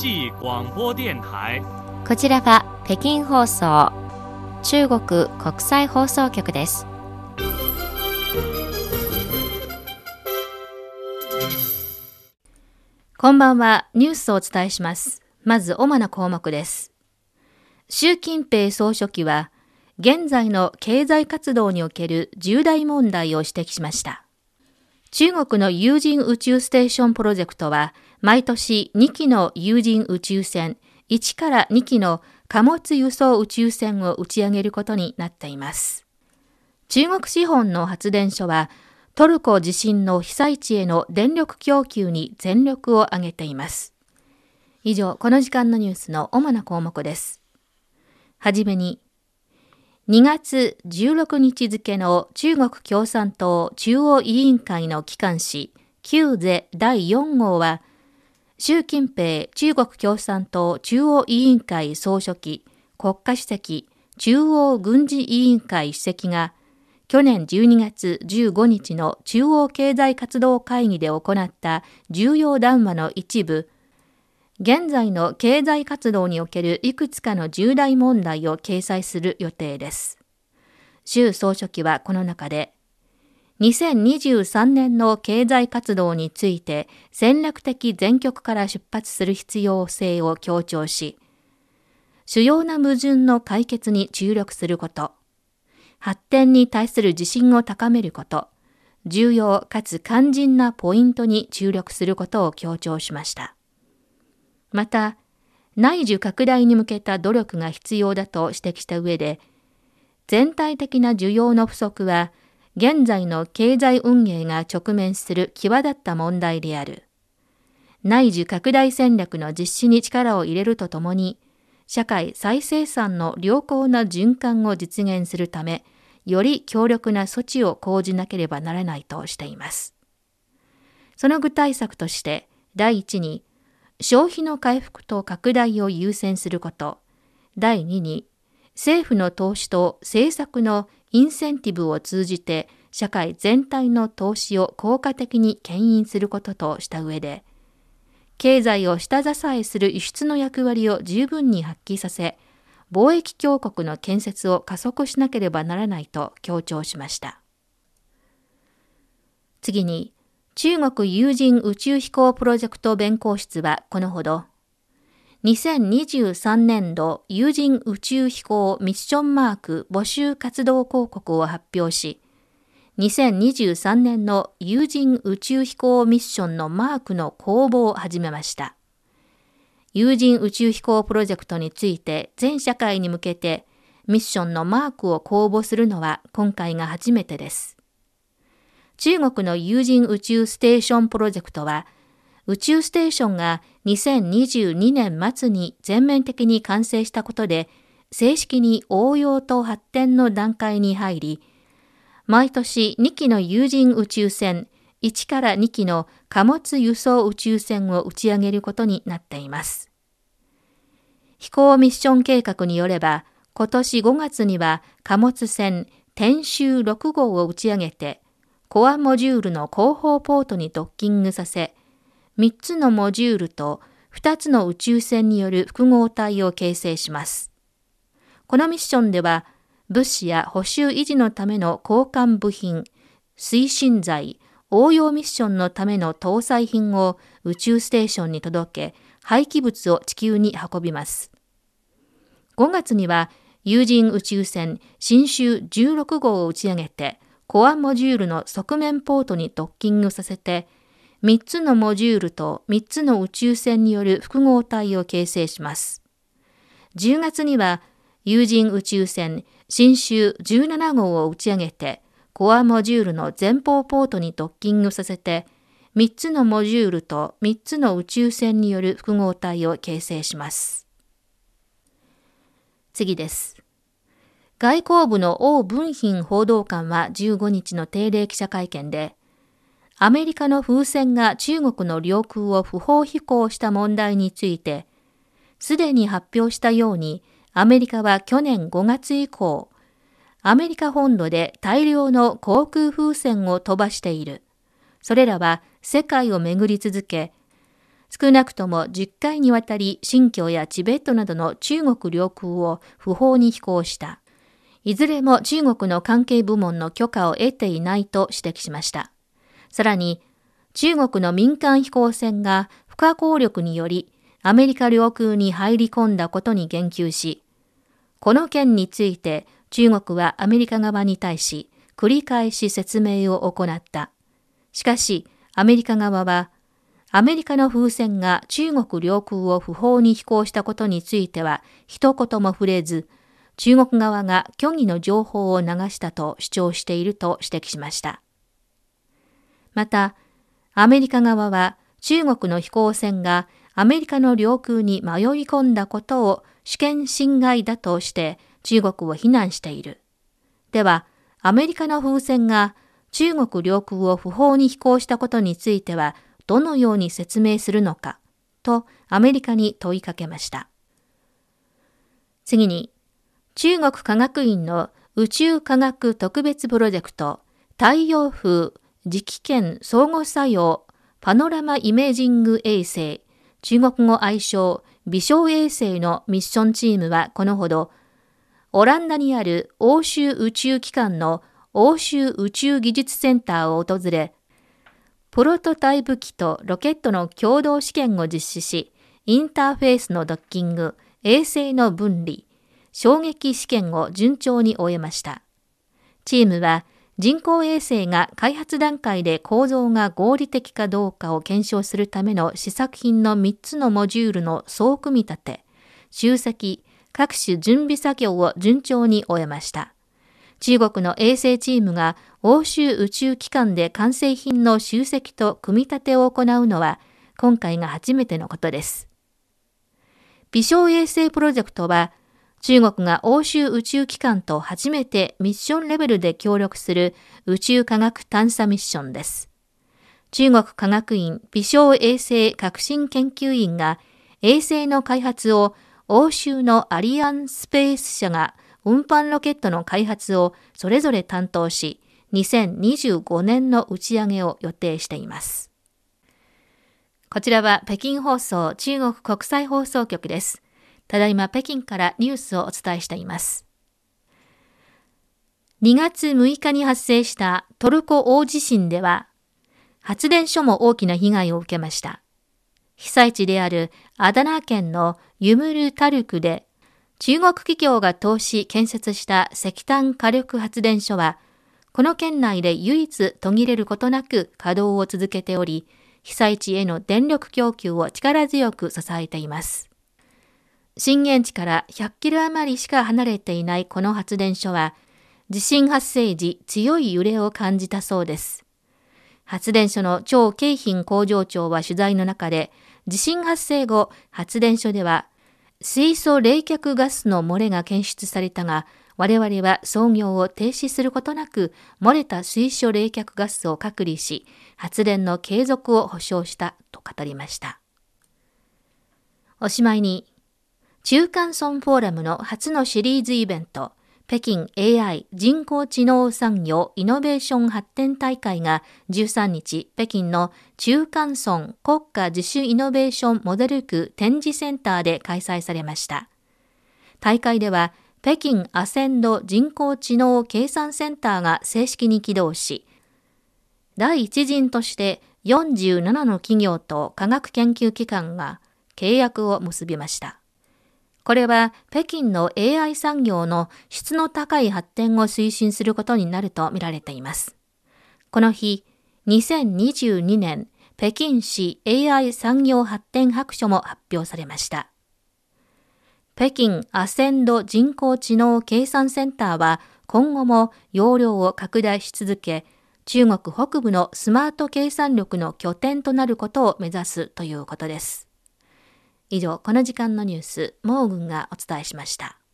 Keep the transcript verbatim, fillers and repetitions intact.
際广播電台。 こちらは北京放送、中国国際放送局です。 こんばんは。ニュースをお伝えします。まず主な項目です。習近平総書記は、現在の経済活動における重大問題を指摘しました。中国の有人宇宙ステーションプロジェクトは、毎年にきの有人宇宙船、いちからにきの貨物輸送宇宙船を打ち上げることになっています。中国資本の発電所は、トルコ地震の被災地への電力供給に全力を挙げています。以上、この時間のニュースの主な項目です。はじめに、にがつじゅうろくにち付の中国共産党中央委員会の機関紙、旧ゼだいよん号は、習近平中国共産党中央委員会総書記、国家主席、中央軍事委員会主席が、去年じゅうにがつじゅうごにちの中央経済活動会議で行った重要談話の一部、現在の経済活動におけるいくつかの重大問題を掲載する予定です。習総書記はこの中で、にせんにじゅうさんねんの経済活動について戦略的全局から出発する必要性を強調し、主要な矛盾の解決に注力すること、発展に対する自信を高めること、重要かつ肝心なポイントに注力することを強調しました。また、内需拡大に向けた努力が必要だと指摘した上で、全体的な需要の不足は、現在の経済運営が直面する際立った問題である。内需拡大戦略の実施に力を入れるとともに、社会再生産の良好な循環を実現するため、より強力な措置を講じなければならないとしています。その具体策として、第一に、消費の回復と拡大を優先すること。第二に、政府の投資と政策のインセンティブを通じて社会全体の投資を効果的に牽引することとした上で、経済を下支えする輸出の役割を十分に発揮させ、貿易強国の建設を加速しなければならないと強調しました。次に、中国有人宇宙飛行プロジェクト弁公室はこのほど、にせんにじゅうさんねんど有人宇宙飛行ミッションマーク募集活動広告を発表し、にせんにじゅうさんねんの有人宇宙飛行ミッションのマークの公募を始めました。有人宇宙飛行プロジェクトについて全社会に向けてミッションのマークを公募するのは今回が初めてです。中国の有人宇宙ステーションプロジェクトは、宇宙ステーションがにせんにじゅうにねん末に全面的に完成したことで、正式に応用と発展の段階に入り、毎年にきの有人宇宙船、いちからにきの貨物輸送宇宙船を打ち上げることになっています。飛行ミッション計画によれば、今年ごがつには貨物船天舟ろく号を打ち上げて、コアモジュールの後方ポートにドッキングさせ、みっつのモジュールとふたつの宇宙船による複合体を形成します。このミッションでは、物資や補修維持のための交換部品、推進剤、応用ミッションのための搭載品を宇宙ステーションに届け、廃棄物を地球に運びます。ごがつには、有人宇宙船神舟じゅうろく号を打ち上げて、コアモジュールの側面ポートにドッキングさせて、みっつのモジュールとみっつの宇宙船による複合体を形成します。じゅうがつには、有人宇宙船神舟じゅうなな号を打ち上げて、コアモジュールの前方ポートにドッキングさせて、みっつのモジュールとみっつの宇宙船による複合体を形成します。次です。外交部の王文賓報道官はじゅうごにちの定例記者会見で、アメリカの風船が中国の領空を不法飛行した問題について、すでに発表したように、アメリカは去年ごがつ以降、アメリカ本土で大量の航空風船を飛ばしている。それらは世界を巡り続け、 少なくともじゅっかいにわたり新疆やチベットなどの中国領空を不法に飛行した。いずれも中国の関係部門の許可を得ていないと指摘しました。さらに、中国の民間飛行船が不可抗力によりアメリカ領空に入り込んだことに言及し、この件について中国はアメリカ側に対し繰り返し説明を行った。しかし、アメリカ側は、アメリカの風船が中国領空を不法に飛行したことについては一言も触れず、中国側が虚偽の情報を流したと主張していると指摘しました。また、アメリカ側は中国の飛行船がアメリカの領空に迷い込んだことを主権侵害だとして中国を非難している。では、アメリカの風船が中国領空を不法に飛行したことについてはどのように説明するのかとアメリカに問いかけました。次に、中国科学院の宇宙科学特別プロジェクト太陽風磁気圏相互作用パノラマイメージング衛星、中国語愛称微小衛星のミッションチームはこのほど、オランダにある欧州宇宙機関の欧州宇宙技術センターを訪れ、プロトタイプ機とロケットの共同試験を実施し、インターフェースのドッキング、衛星の分離、衝撃試験を順調に終えました。チームは人工衛星が開発段階で構造が合理的かどうかを検証するための試作品のみっつのモジュールの総組み立て、集積、各種準備作業を順調に終えました。中国の衛星チームが欧州宇宙機関で完成品の集積と組み立てを行うのは今回が初めてのことです。微小衛星プロジェクトは中国が欧州宇宙機関と初めてミッションレベルで協力する宇宙科学探査ミッションです。中国科学院微小衛星革新研究院が衛星の開発を欧州のアリアンスペース社が運搬ロケットの開発をそれぞれ担当し、にせんにじゅうごねんの打ち上げを予定しています。こちらは北京放送中国国際放送局です。ただいま北京からニュースをお伝えしています。にがつむいかに発生したトルコ大地震では、発電所も大きな被害を受けました。被災地であるアダナ県のユムルタルクで、中国企業が投資建設した石炭火力発電所は、この県内で唯一途切れることなく稼働を続けており、被災地への電力供給を力強く支えています。震源地からひゃっキロ余りしか離れていないこの発電所は、地震発生時強い揺れを感じたそうです。発電所の張慶賓工場長は取材の中で、地震発生後、発電所では水素冷却ガスの漏れが検出されたが、我々は操業を停止することなく、漏れた水素冷却ガスを隔離し、発電の継続を保証したと語りました。おしまいに、中間村フォーラムの初のシリーズイベント、北京 エーアイ 人工知能産業イノベーション発展大会がじゅうさんにち、北京の中間村国家自主イノベーションモデル区展示センターで開催されました。大会では、北京アセンド人工知能計算センターが正式に起動し、第一陣としてよんじゅうななの企業と科学研究機関が契約を結びました。これは北京の エーアイ 産業の質の高い発展を推進することになると見られています。この日、にせんにじゅうにねん北京市 エーアイ 産業発展白書も発表されました。北京アセンド人工知能計算センターは今後も容量を拡大し続け、中国北部のスマート計算力の拠点となることを目指すということです。以上、この時間のニュース、モーグンがお伝えしました。